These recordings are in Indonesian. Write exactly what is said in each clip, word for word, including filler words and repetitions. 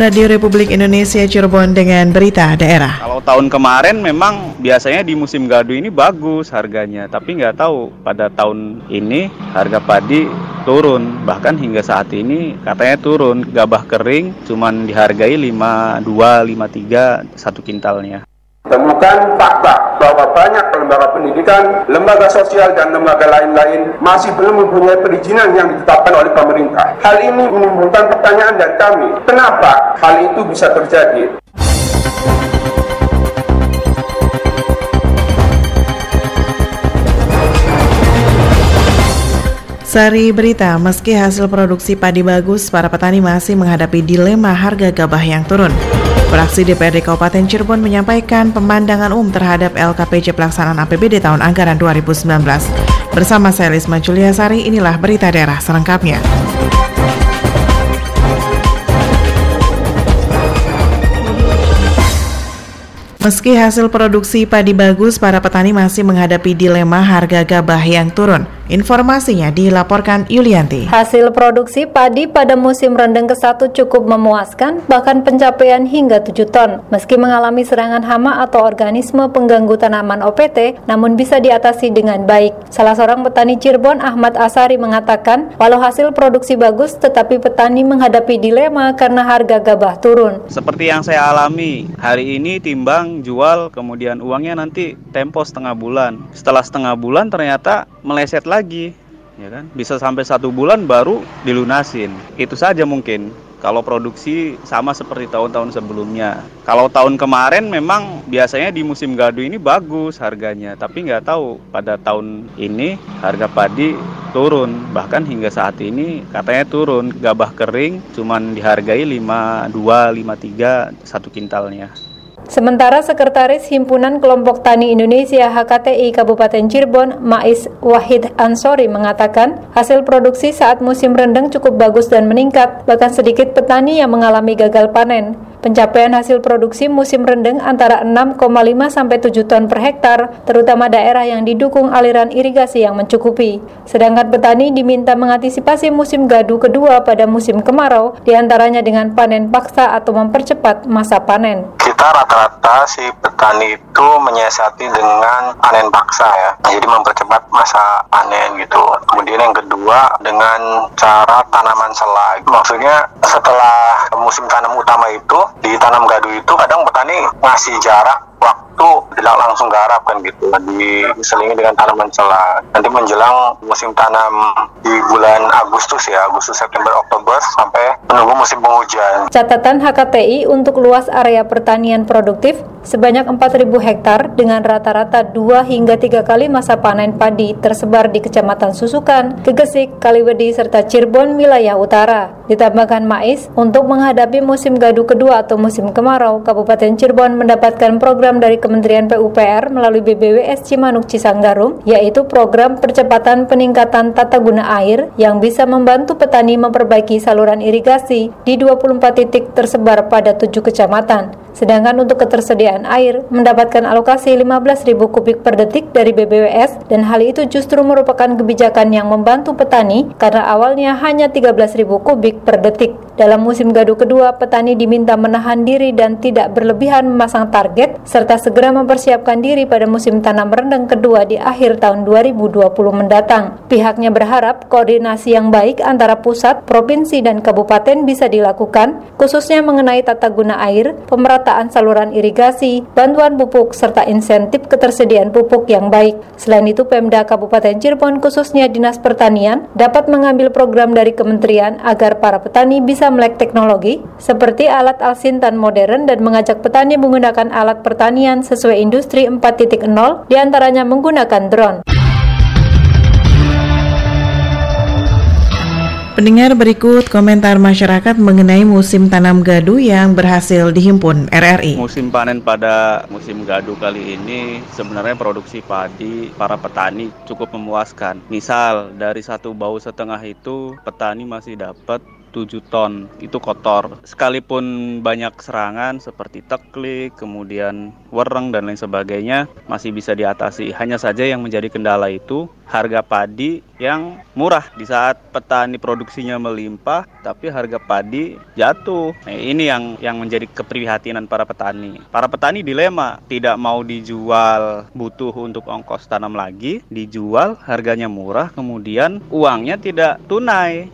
Radio Republik Indonesia Cirebon dengan berita daerah. Kalau tahun kemarin memang biasanya di musim gadu ini bagus harganya, tapi nggak tahu pada tahun ini harga padi turun, bahkan hingga saat ini katanya turun. Gabah kering cuman dihargai lima puluh dua, lima puluh tiga satu kintalnya. Temukan fakta bahwa banyak lembaga pendidikan, lembaga sosial, dan lembaga lain-lain masih belum mempunyai perizinan yang ditetapkan oleh pemerintah. Hal ini menimbulkan pertanyaan dari kami, kenapa hal itu bisa terjadi? Sari berita, meski hasil produksi padi bagus, para petani masih menghadapi dilema harga gabah yang turun. Fraksi D P R D Kabupaten Cirebon menyampaikan pemandangan umum terhadap L K P J pelaksanaan A P B D tahun anggaran dua ribu sembilan belas. Bersama saya Lisma Juliasari, inilah berita daerah selengkapnya. Meski hasil produksi padi bagus, para petani masih menghadapi dilema harga gabah yang turun. Informasinya dilaporkan Yulianti. Hasil produksi padi pada musim rendeng ke satu cukup memuaskan, bahkan pencapaian hingga tujuh ton. Meski mengalami serangan hama atau organisme pengganggu tanaman O P T, namun bisa diatasi dengan baik. Salah seorang petani Cirebon, Ahmad Asari, mengatakan, walau hasil produksi bagus, tetapi petani menghadapi dilema karena harga gabah turun. Seperti yang saya alami, hari ini timbang, jual, kemudian uangnya nanti tempo setengah bulan. Setelah setengah bulan ternyata meleset lagi, ya kan? Bisa sampai satu bulan baru dilunasin. Itu saja mungkin. Kalau produksi sama seperti tahun-tahun sebelumnya. Kalau tahun kemarin memang biasanya di musim gadu ini bagus harganya, tapi nggak tahu pada tahun ini harga padi turun. Bahkan hingga saat ini katanya turun. Gabah kering cuman dihargai lima puluh dua, lima puluh tiga satu kintalnya. Sementara Sekretaris Himpunan Kelompok Tani Indonesia H K T I Kabupaten Cirebon, Mais Wahid Ansori, mengatakan hasil produksi saat musim rendeng cukup bagus dan meningkat, bahkan sedikit petani yang mengalami gagal panen. Pencapaian hasil produksi musim rendeng antara enam koma lima sampai tujuh ton per hektar, terutama daerah yang didukung aliran irigasi yang mencukupi. Sedangkan petani diminta mengantisipasi musim gadu kedua pada musim kemarau, diantaranya dengan panen paksa atau mempercepat masa panen. Kita rata-rata si petani itu menyiasati dengan panen paksa ya, jadi mempercepat masa panen gitu. Kemudian yang kedua dengan cara tanaman selai. Maksudnya setelah musim tanam utama itu, di tanam gadu itu kadang petani ngasih jarak waktu tidak langsung garap kan gitu, diselingi dengan tanaman selai. Nanti menjelang musim tanam di bulan Agustus ya, Agustus, September, Oktober sampai menunggu musim penghujan. Catatan H K T I untuk luas area pertanian produktif sebanyak empat ribu hektar dengan rata-rata dua hingga tiga kali masa panen padi tersebar di Kecamatan Susukan, Gegesik, Kaliwedi, serta Cirebon wilayah utara. Ditambahkan Mais, untuk menghadapi musim gadu kedua atau musim kemarau, Kabupaten Cirebon mendapatkan program dari Kementerian P U P R melalui B B W S Cimanuk Cisanggarum, yaitu program percepatan peningkatan tata guna air yang bisa membantu petani memperbaiki saluran irigasi di dua puluh empat titik tersebar pada tujuh kecamatan. Sedangkan untuk ketersediaan air mendapatkan alokasi lima belas ribu kubik per detik dari B B W S, dan hal itu justru merupakan kebijakan yang membantu petani karena awalnya hanya tiga belas ribu kubik per detik. Dalam musim gadu kedua, petani diminta menahan diri dan tidak berlebihan memasang target serta segera mempersiapkan diri pada musim tanam rendeng kedua di akhir tahun dua ribu dua puluh mendatang. Pihaknya berharap koordinasi yang baik antara pusat, provinsi, dan kabupaten bisa dilakukan, khususnya mengenai tata guna air, pemerataan saluran irigasi, bantuan pupuk, serta insentif ketersediaan pupuk yang baik. Selain itu, Pemda Kabupaten Cirebon, khususnya Dinas Pertanian, dapat mengambil program dari kementerian agar para petani bisa melek teknologi seperti alat alsintan modern dan mengajak petani menggunakan alat pertanian sesuai industri empat titik nol, diantaranya menggunakan drone. Pendengar, berikut komentar masyarakat mengenai musim tanam gadu yang berhasil dihimpun R R I. Musim panen pada musim gadu kali ini sebenarnya produksi padi para petani cukup memuaskan. Misal dari satu bau setengah itu petani masih dapat tujuh ton, itu kotor. Sekalipun banyak serangan seperti teklik, kemudian wereng dan lain sebagainya masih bisa diatasi. Hanya saja yang menjadi kendala itu harga padi yang murah di saat petani produksinya melimpah, tapi harga padi jatuh. Nah, ini yang yang menjadi keprihatinan para petani. Para petani dilema, tidak mau dijual butuh untuk ongkos tanam lagi, dijual harganya murah, kemudian uangnya tidak tunai.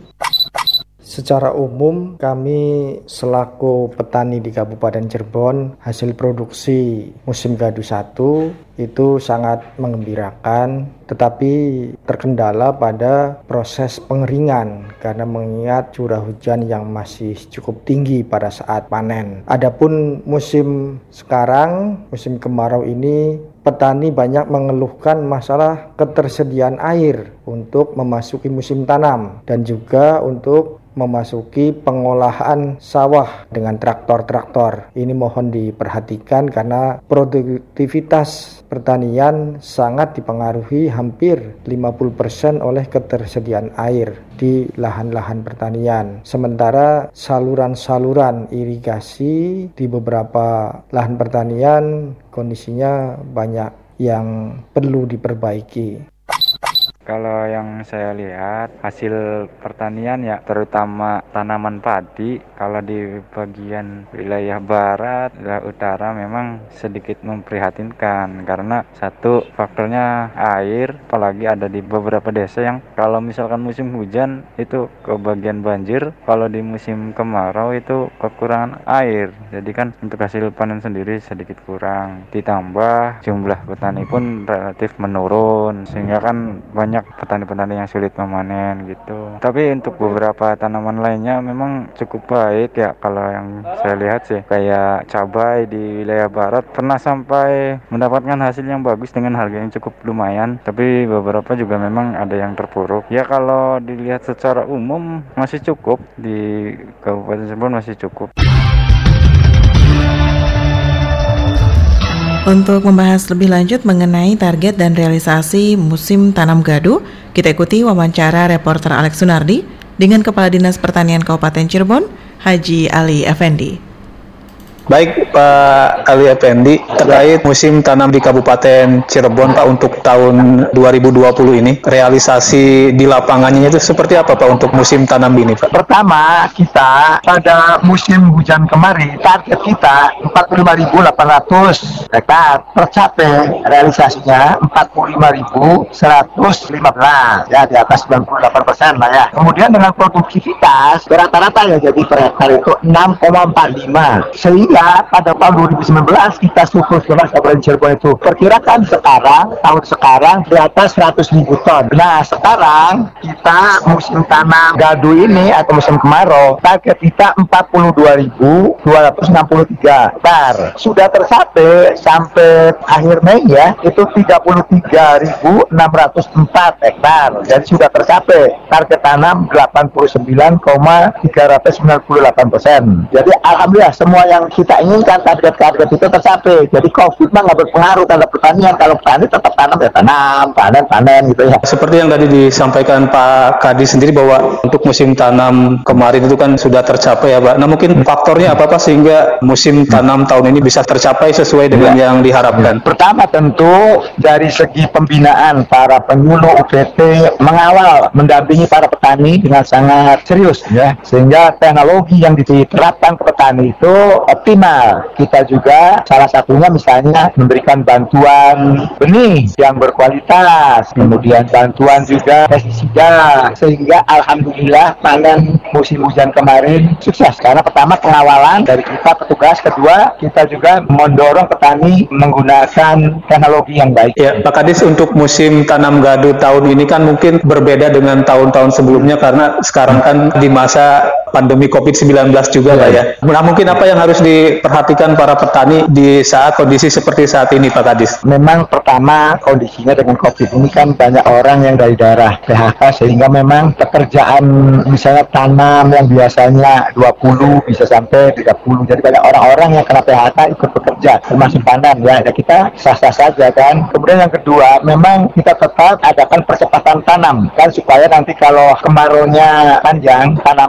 Secara umum kami selaku petani di Kabupaten Cirebon, hasil produksi musim gadu satu itu sangat mengembirakan, tetapi terkendala pada proses pengeringan karena mengingat curah hujan yang masih cukup tinggi pada saat panen. Adapun musim sekarang, musim kemarau ini, petani banyak mengeluhkan masalah ketersediaan air untuk memasuki musim tanam dan juga untuk memasuki pengolahan sawah dengan traktor-traktor. Ini mohon diperhatikan karena produktivitas pertanian sangat dipengaruhi hampir lima puluh persen oleh ketersediaan air di lahan-lahan pertanian. Sementara saluran-saluran irigasi di beberapa lahan pertanian kondisinya banyak yang perlu diperbaiki. Kalau yang saya lihat hasil pertanian ya terutama tanaman padi, kalau di bagian wilayah barat, wilayah utara memang sedikit memprihatinkan karena satu faktornya air, apalagi ada di beberapa desa yang kalau misalkan musim hujan itu kebagian banjir, kalau di musim kemarau itu kekurangan air. Jadi kan untuk hasil panen sendiri sedikit kurang. Ditambah jumlah petani pun relatif menurun sehingga kan banyak petani-petani yang sulit memanen gitu. Tapi untuk beberapa tanaman lainnya memang cukup baik ya. Kalau yang saya lihat sih kayak cabai di wilayah barat pernah sampai mendapatkan hasil yang bagus dengan harga yang cukup lumayan. Tapi beberapa juga memang ada yang terpuruk. Ya kalau dilihat secara umum masih cukup, di Kabupaten Cirebon masih cukup. Untuk membahas lebih lanjut mengenai target dan realisasi musim tanam gadu, kita ikuti wawancara reporter Alex Sunardi dengan Kepala Dinas Pertanian Kabupaten Cirebon, Haji Ali Effendi. Baik Pak Ali Effendi, terkait musim tanam di Kabupaten Cirebon Pak untuk tahun dua ribu dua puluh ini, realisasi di lapangannya itu seperti apa Pak untuk musim tanam ini Pak? Pertama, kita pada musim hujan kemarin, target kita empat puluh lima ribu delapan ratus hektar, tercapai realisasinya empat puluh lima ribu seratus lima belas, ya di atas sembilan puluh delapan persen lah ya. Kemudian dengan produktivitas rata-rata ya jadi per hektar itu enam koma empat lima, sehingga pada tahun dua ribu sembilan belas kita surplus beras Kabupaten Cirebon itu perkirakan sekarang, tahun sekarang di atas seratus ribu ton. Nah sekarang kita musim tanam gadu ini atau musim kemarau, target kita empat puluh dua ribu dua ratus enam puluh tiga hektar. Sudah tercapai sampai akhir Mei ya, itu tiga puluh tiga ribu enam ratus empat hektar. Jadi sudah tercapai target tanam delapan puluh sembilan koma tiga sembilan delapan persen. Jadi alhamdulillah semua yang kita kita inginkan target-target itu tercapai. Jadi COVID mah nggak berpengaruh terhadap pertanian. Kalau petani tetap tanam ya tanam, panen panen gitu ya. Seperti yang tadi disampaikan Pak Kadis sendiri bahwa untuk musim tanam kemarin itu kan sudah tercapai ya Pak. Nah mungkin faktornya apa Pak sehingga musim tanam tahun ini bisa tercapai sesuai dengan ya. yang diharapkan? Pertama tentu dari segi pembinaan para penyuluh U P T mengawal mendampingi para petani dengan sangat serius ya. Sehingga teknologi yang diterapkan ke petani itu optimal. Kita juga salah satunya misalnya memberikan bantuan benih yang berkualitas, kemudian bantuan juga pestisida, sehingga alhamdulillah panen musim hujan kemarin sukses. Karena pertama pengawalan dari kita petugas, kedua kita juga mendorong petani menggunakan teknologi yang baik. Ya, Pak Kadis, untuk musim tanam gadu tahun ini kan mungkin berbeda dengan tahun-tahun sebelumnya karena sekarang kan di masa pandemi covid sembilan belas juga Pak ya. Nah mungkin apa yang harus diperhatikan para petani di saat kondisi seperti saat ini Pak Kadis? Memang pertama kondisinya dengan COVID ini kan banyak orang yang dari daerah P H K sehingga memang pekerjaan misalnya tanam yang biasanya dua puluh bisa sampai tiga puluh. Jadi banyak orang-orang yang kena P H K ikut bekerja termasuk panen ya. Ya kita sah-sah saja kan. Kemudian yang kedua memang kita tetap adakan percepatan tanam kan supaya nanti kalau kemaraunya panjang tanaman sudah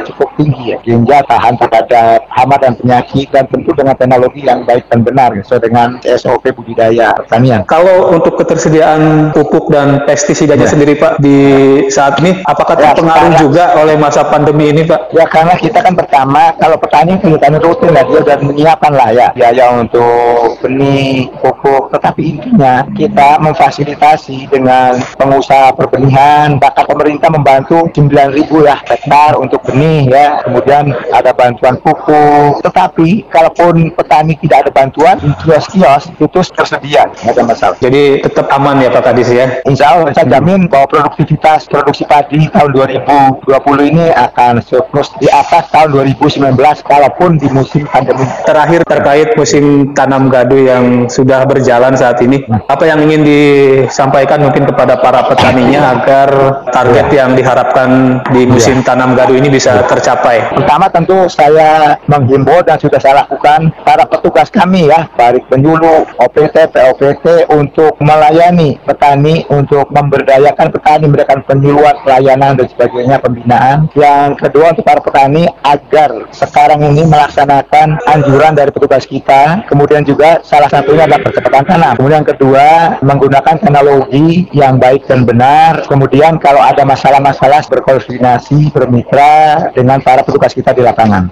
cukup tinggi ya, sehingga tahan terhadap hama dan penyakit, dan tentu dengan teknologi yang baik dan benar sesuai dengan S O P budidaya pertanian. Kalau untuk ketersediaan pupuk dan pestisidanya ya. sendiri Pak di saat ini, apakah ya, terpengaruh sekarang, juga oleh masa pandemi ini Pak? Ya karena kita kan pertama, kalau petani petani rutin lah, dia sudah menyiapkan lah ya biaya untuk benih, pupuk, tetapi intinya kita memfasilitasi dengan pengusaha perbenihan, bahkan pemerintah membantu sembilan ribu ya hektar untuk benih ya, kemudian ada bantuan pupuk, tetapi kalaupun petani tidak ada bantuan, kios-kios itu tersedia, tidak ada masalah. Jadi tetap aman ya Pak Kadis ya? Insya Allah, saya jamin bahwa produktivitas produksi padi tahun dua ribu dua puluh ini akan surplus di atas tahun dua ribu sembilan belas kalaupun di musim pandemi. Terakhir terkait musim tanam gadu yang sudah berjalan saat ini, apa yang ingin disampaikan mungkin kepada para petaninya agar target yang diharapkan di musim tanam gadu ini bisa tercapai? Pertama tentu saya menghimbau dan sudah saya lakukan para petugas kami ya, baik penyuluh, O P T, P O P T untuk melayani petani, untuk memberdayakan petani, memberikan penyuluhan, pelayanan dan sebagainya, pembinaan. Yang kedua untuk para petani agar sekarang ini melaksanakan anjuran dari petugas kita, kemudian juga salah satunya adalah percepatan tanam. Kemudian yang kedua menggunakan teknologi yang baik dan benar. Kemudian kalau ada masalah-masalah berkoordinasi, bermitra dengan para petugas kita di lapangan.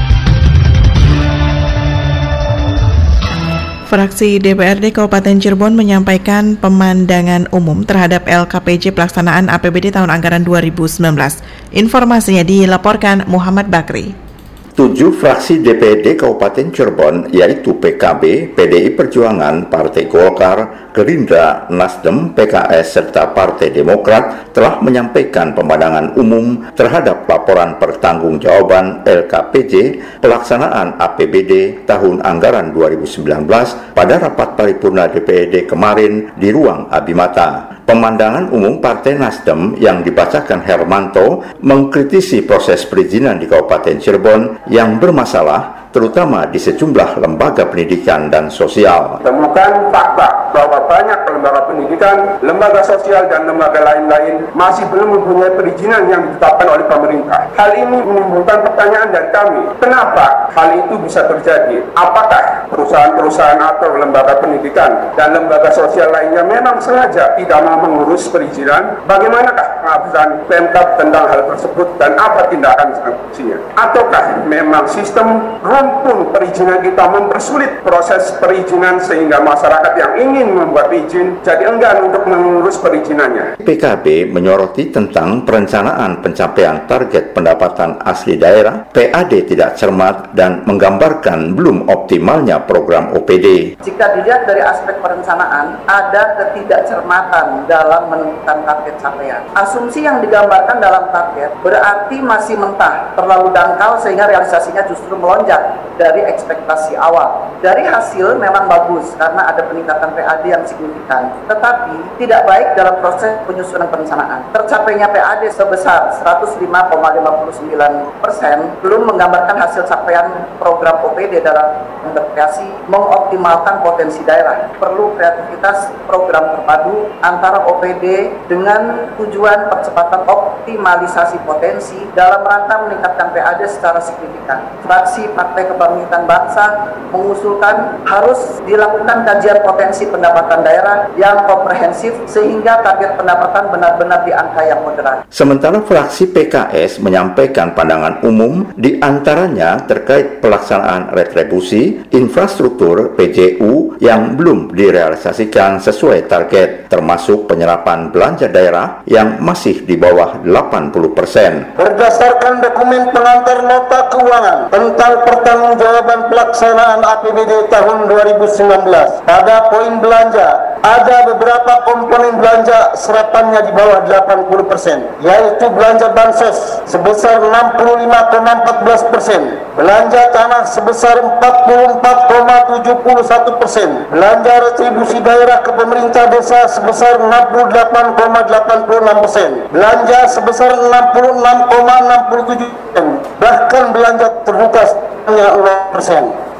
Fraksi D P R D Kabupaten Cirebon menyampaikan pemandangan umum terhadap L K P J pelaksanaan A P B D tahun anggaran dua ribu sembilan belas. Informasinya dilaporkan Muhammad Bakri. Tujuh fraksi D P R D Kabupaten Cirebon, yaitu P K B, P D I Perjuangan, Partai Golkar, Gerindra, Nasdem, P K S, serta Partai Demokrat telah menyampaikan pemandangan umum terhadap laporan pertanggungjawaban L K P J pelaksanaan A P B D tahun anggaran dua ribu sembilan belas pada rapat paripurna D P R D kemarin di ruang Abimata. Pemandangan umum Partai Nasdem yang dibacakan Hermanto mengkritisi proses perizinan di Kabupaten Cirebon yang bermasalah, terutama di sejumlah lembaga pendidikan dan sosial. Temukan fakta bahwa banyak lembaga pendidikan, lembaga sosial, dan lembaga lain-lain masih belum mempunyai perizinan yang ditetapkan oleh pemerintah. Hal ini menimbulkan pertanyaan dari kami, kenapa hal itu bisa terjadi? Apakah perusahaan-perusahaan atau lembaga pendidikan dan lembaga sosial lainnya memang sengaja tidak mau mengurus perizinan? Bagaimanakah penghapusan Pemkab tentang hal tersebut dan apa tindakan sanksinya? Ataukah memang sistem rumpun perizinan kita mempersulit proses perizinan sehingga masyarakat yang ingin membuat izin jadi enggan untuk mengurus perizinannya? P K B menyoroti tentang perencanaan pencapaian target pendapatan asli daerah, P A D tidak cermat dan menggambarkan belum optimalnya program O P D. Jika dilihat dari aspek perencanaan, ada ketidakcermatan dalam menentukan target capaian. Asumsi yang digambarkan dalam target berarti masih mentah, terlalu dangkal sehingga realisasinya justru melonjak dari ekspektasi awal. Dari hasil memang bagus karena ada peningkatan P A D yang signifikan, tetapi tidak baik dalam proses penyusunan perencanaan. Tercapainya P A D sebesar seratus lima koma lima sembilan persen belum menggambarkan hasil capaian program O P D dalam berkreasi mengoptimalkan potensi daerah. Perlu kreativitas program terpadu antara O P D dengan tujuan percepatan optimalisasi potensi dalam rangka meningkatkan P A D secara signifikan. Fraksi Partai Kebangkitan Bangsa mengusulkan harus dilakukan kajian potensi pendapatan daerah yang komprehensif sehingga target pendapatan benar-benar di angka yang moderat. Sementara fraksi P K S menyampaikan pandangan umum diantaranya terkait pelaksanaan retribusi infrastruktur P J U yang belum direalisasikan sesuai target, termasuk penyerapan belanja daerah yang masih di bawah delapan puluh persen. Berdasarkan dokumen pengantar nota keuangan tentang pertanggungjawaban pelaksanaan A P B D tahun dua ribu sembilan belas, pada poin belanja ada beberapa komponen belanja serapannya di bawah delapan puluh persen, yaitu belanja bansos sebesar enam puluh lima koma empat belas persen, belanja tanah sebesar empat puluh empat koma tujuh satu persen, belanja retribusi daerah ke pemerintah desa sebesar enam puluh delapan koma delapan enam persen, belanja sebesar enam puluh enam koma enam tujuh persen, bahkan belanja terbuka hanya nol persen.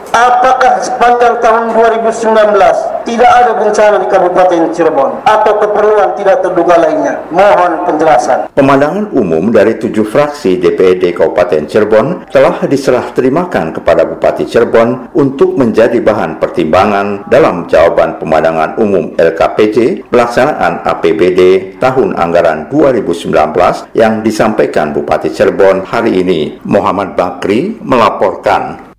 apakah sepanjang tahun dua ribu sembilan belas tidak ada bencana di Kabupaten Cirebon atau keperluan tidak terduga lainnya? Mohon penjelasan. Pemandangan umum dari tujuh fraksi D P R D Kabupaten Cirebon telah diserah terimakan kepada Bupati Cirebon untuk menjadi bahan pertimbangan dalam jawaban pemandangan umum L K P J pelaksanaan A P B D tahun anggaran dua ribu sembilan belas yang disampaikan Bupati Cirebon hari ini. Muhammad Bakri melaporkan.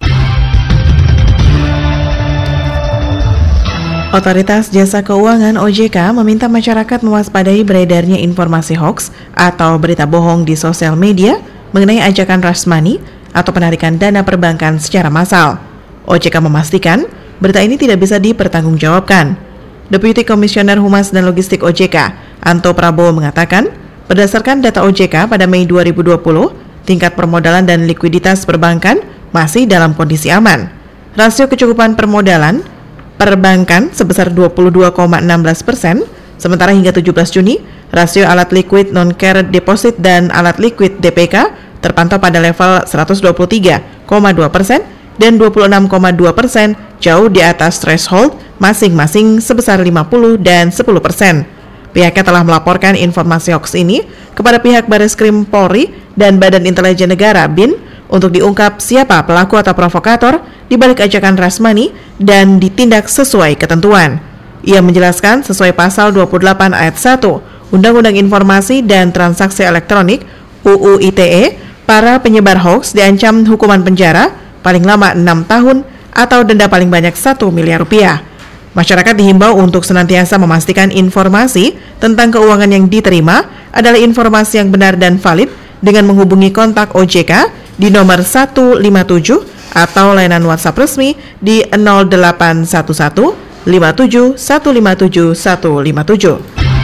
Otoritas Jasa Keuangan O J K meminta masyarakat mewaspadai beredarnya informasi hoaks atau berita bohong di sosial media mengenai ajakan rush money atau penarikan dana perbankan secara massal. O J K memastikan berita ini tidak bisa dipertanggungjawabkan. Deputi Komisioner Humas dan Logistik O J K, Anto Prabowo mengatakan, berdasarkan data O J K pada Mei dua ribu dua puluh, tingkat permodalan dan likuiditas perbankan masih dalam kondisi aman. Rasio kecukupan permodalan perbankan sebesar dua puluh dua koma satu enam persen, sementara hingga tujuh belas Juni, rasio alat liquid non-current deposit dan alat liquid D P K terpantau pada level seratus dua puluh tiga koma dua persen dan dua puluh enam koma dua persen, jauh di atas threshold masing-masing sebesar lima puluh dan sepuluh persen. Pihaknya telah melaporkan informasi hoax ini kepada pihak Bareskrim Polri dan Badan Intelijen Negara B I N untuk diungkap siapa pelaku atau provokator di balik ajakan rush money dan ditindak sesuai ketentuan. Ia menjelaskan sesuai pasal dua puluh delapan ayat satu Undang-Undang Informasi dan Transaksi Elektronik U U I T E, para penyebar hoax diancam hukuman penjara paling lama enam tahun atau denda paling banyak satu miliar rupiah. Masyarakat dihimbau untuk senantiasa memastikan informasi tentang keuangan yang diterima adalah informasi yang benar dan valid dengan menghubungi kontak O J K di nomor satu lima tujuh atau layanan WhatsApp resmi di nol delapan satu satu lima tujuh satu lima tujuh satu lima tujuh.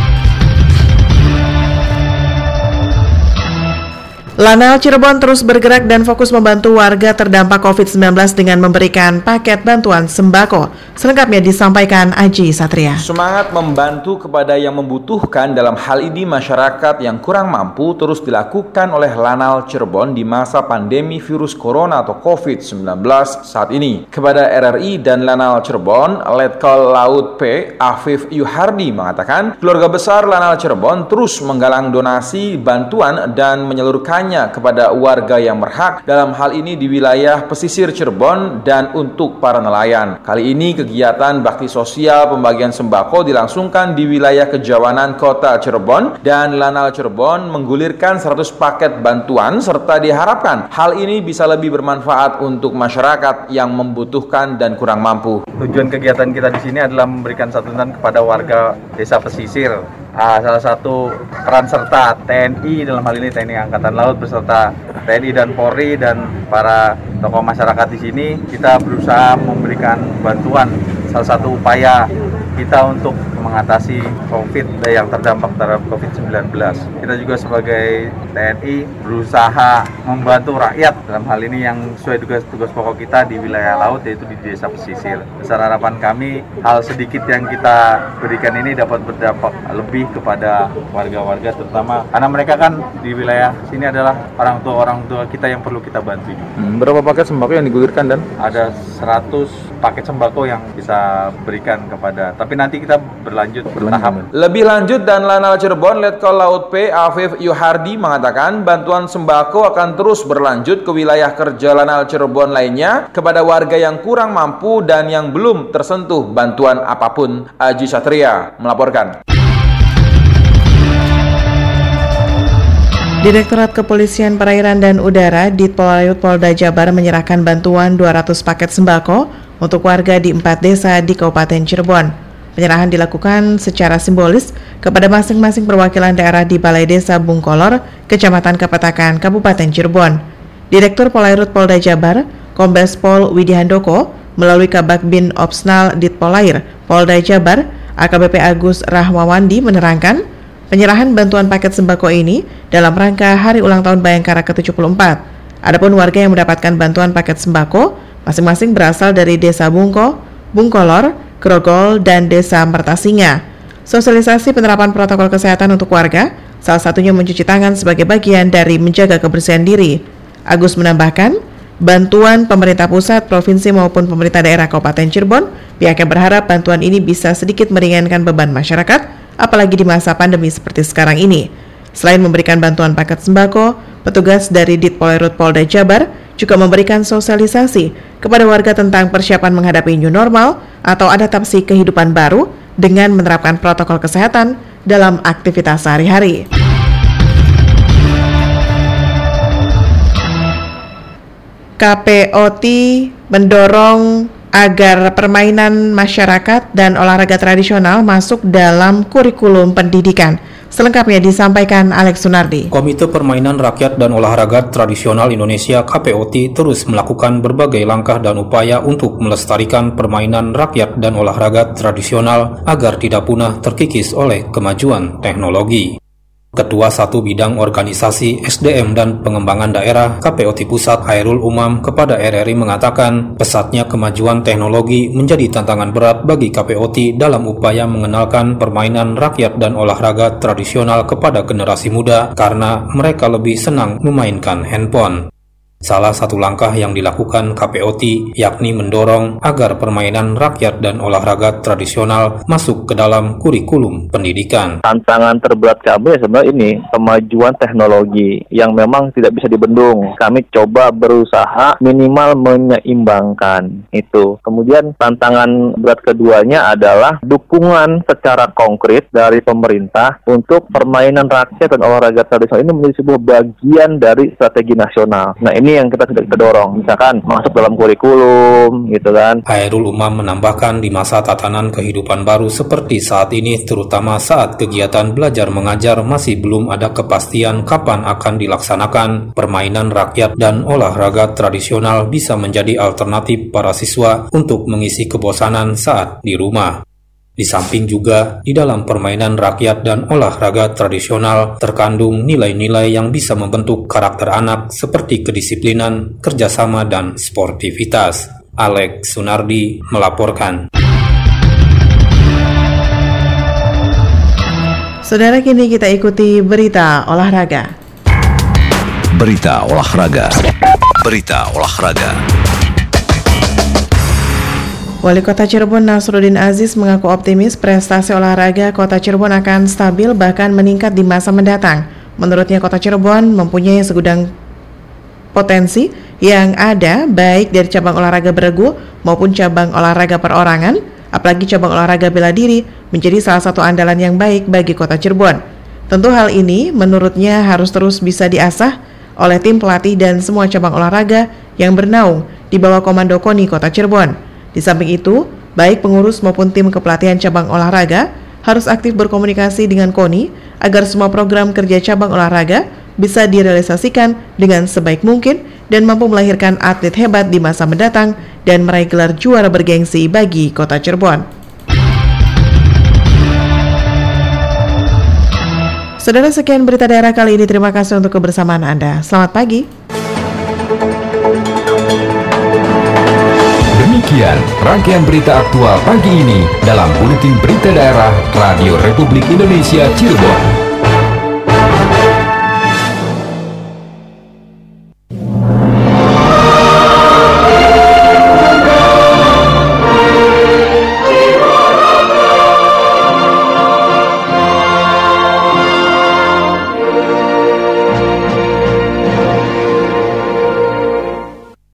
Lanal Cirebon terus bergerak dan fokus membantu warga terdampak covid sembilan belas dengan memberikan paket bantuan sembako. Selengkapnya disampaikan Aji Satria. Semangat membantu kepada yang membutuhkan dalam hal ini masyarakat yang kurang mampu terus dilakukan oleh Lanal Cirebon di masa pandemi virus corona atau covid sembilan belas saat ini. Kepada R R I dan Lanal Cirebon, Letkol Laut P. Afif Yuhardi mengatakan keluarga besar Lanal Cirebon terus menggalang donasi, bantuan dan menyalurkan kepada warga yang berhak, dalam hal ini di wilayah pesisir Cirebon dan untuk para nelayan. Kali ini kegiatan bakti sosial pembagian sembako dilangsungkan di wilayah Kejawanan Kota Cirebon dan Lanal Cirebon menggulirkan seratus paket bantuan serta diharapkan hal ini bisa lebih bermanfaat untuk masyarakat yang membutuhkan dan kurang mampu. Tujuan kegiatan kita di sini adalah memberikan santunan kepada warga desa pesisir. Ah, salah satu peran serta T N I, dalam hal ini T N I Angkatan Laut beserta T N I dan Polri dan para tokoh masyarakat di sini, kita berusaha memberikan bantuan, salah satu upaya kita untuk mengatasi COVID yang terdampak terhadap covid sembilan belas. Kita juga sebagai T N I berusaha membantu rakyat dalam hal ini yang sesuai tugas-tugas pokok kita di wilayah laut, yaitu di desa pesisir. Besar harapan kami hal sedikit yang kita berikan ini dapat berdampak lebih kepada warga-warga, terutama karena mereka kan di wilayah sini adalah orang tua-orang tua kita yang perlu kita bantu. Hmm, berapa paket sembako yang digulirkan dan? Ada seratus paket sembako yang bisa berikan kepada, tapi nanti kita berlanjut bertahap. Lebih lanjut, dan Lanal Cirebon Letkol Laut P. Afif Yuhardi mengatakan bantuan sembako akan terus berlanjut ke wilayah kerja Lanal Cirebon lainnya kepada warga yang kurang mampu dan yang belum tersentuh bantuan apapun. Aji Satria melaporkan. Direktorat Kepolisian Perairan dan Udara Ditpol Polda Jabar menyerahkan bantuan dua ratus paket sembako untuk warga di empat desa di Kabupaten Cirebon. Penyerahan dilakukan secara simbolis kepada masing-masing perwakilan daerah di Balai Desa Bungkolor, Kecamatan Kepetakan, Kabupaten Cirebon. Direktur Polairut Polda Jabar, Kombes Pol Widihandoko, melalui Kabak Bin Opsnal Ditpolair Polda Jabar, A K B P Agus Rahmawandi menerangkan, penyerahan bantuan paket sembako ini dalam rangka Hari Ulang Tahun Bayangkara ke tujuh puluh empat. Adapun warga yang mendapatkan bantuan paket sembako masing-masing berasal dari Desa Bungko, Bungkolor, Grogol, dan Desa Mertasinga. Sosialisasi penerapan protokol kesehatan untuk warga, salah satunya mencuci tangan sebagai bagian dari menjaga kebersihan diri. Agus menambahkan, bantuan pemerintah pusat, provinsi maupun pemerintah daerah Kabupaten Cirebon. Pihaknya berharap bantuan ini bisa sedikit meringankan beban masyarakat, apalagi di masa pandemi seperti sekarang ini. Selain memberikan bantuan paket sembako, petugas dari Ditpolerut Polda Jabar juga memberikan sosialisasi kepada warga tentang persiapan menghadapi new normal atau adaptasi kehidupan baru dengan menerapkan protokol kesehatan dalam aktivitas sehari-hari. K P O T mendorong agar permainan masyarakat dan olahraga tradisional masuk dalam kurikulum pendidikan. Selengkapnya disampaikan Alex Sunardi. Komite Permainan Rakyat dan Olahraga Tradisional Indonesia K P O T terus melakukan berbagai langkah dan upaya untuk melestarikan permainan rakyat dan olahraga tradisional agar tidak punah terkikis oleh kemajuan teknologi. Ketua Satu Bidang Organisasi S D M dan Pengembangan Daerah K P O T Pusat Hairul Umam kepada R R I mengatakan pesatnya kemajuan teknologi menjadi tantangan berat bagi K P O T dalam upaya mengenalkan permainan rakyat dan olahraga tradisional kepada generasi muda karena mereka lebih senang memainkan handphone. Salah satu langkah yang dilakukan K P O T yakni mendorong agar permainan rakyat dan olahraga tradisional masuk ke dalam kurikulum pendidikan. Tantangan terberat kami sebenarnya ini kemajuan teknologi yang memang tidak bisa dibendung. Kami coba berusaha minimal menyeimbangkan itu. Kemudian tantangan berat keduanya adalah dukungan secara konkret dari pemerintah untuk permainan rakyat dan olahraga tradisional ini menjadi sebuah bagian dari strategi nasional. Nah, ini Ini yang kita sudah kita dorong, misalkan masuk dalam kurikulum, gitu kan. Hairul Umam menambahkan di masa tatanan kehidupan baru seperti saat ini, terutama saat kegiatan belajar mengajar masih belum ada kepastian kapan akan dilaksanakan, permainan rakyat dan olahraga tradisional bisa menjadi alternatif para siswa untuk mengisi kebosanan saat di rumah. Di samping juga, di dalam permainan rakyat dan olahraga tradisional terkandung nilai-nilai yang bisa membentuk karakter anak seperti kedisiplinan, kerjasama, dan sportivitas. Alex Sunardi melaporkan. Saudara, kini kita ikuti berita olahraga. Berita olahraga. Berita olahraga. Wali Kota Cirebon Nasruddin Aziz mengaku optimis prestasi olahraga Kota Cirebon akan stabil bahkan meningkat di masa mendatang. Menurutnya Kota Cirebon mempunyai segudang potensi yang ada baik dari cabang olahraga beregu maupun cabang olahraga perorangan, apalagi cabang olahraga bela diri menjadi salah satu andalan yang baik bagi Kota Cirebon. Tentu hal ini menurutnya harus terus bisa diasah oleh tim pelatih dan semua cabang olahraga yang bernaung di bawah komando KONI Kota Cirebon. Di samping itu, baik pengurus maupun tim kepelatihan cabang olahraga harus aktif berkomunikasi dengan KONI agar semua program kerja cabang olahraga bisa direalisasikan dengan sebaik mungkin dan mampu melahirkan atlet hebat di masa mendatang dan meraih gelar juara bergengsi bagi Kota Cirebon. Saudara, sekian berita daerah kali ini. Terima kasih untuk kebersamaan Anda. Selamat pagi. Demikian rangkaian berita aktual pagi ini dalam Buletin Berita Daerah Radio Republik Indonesia Cirebon.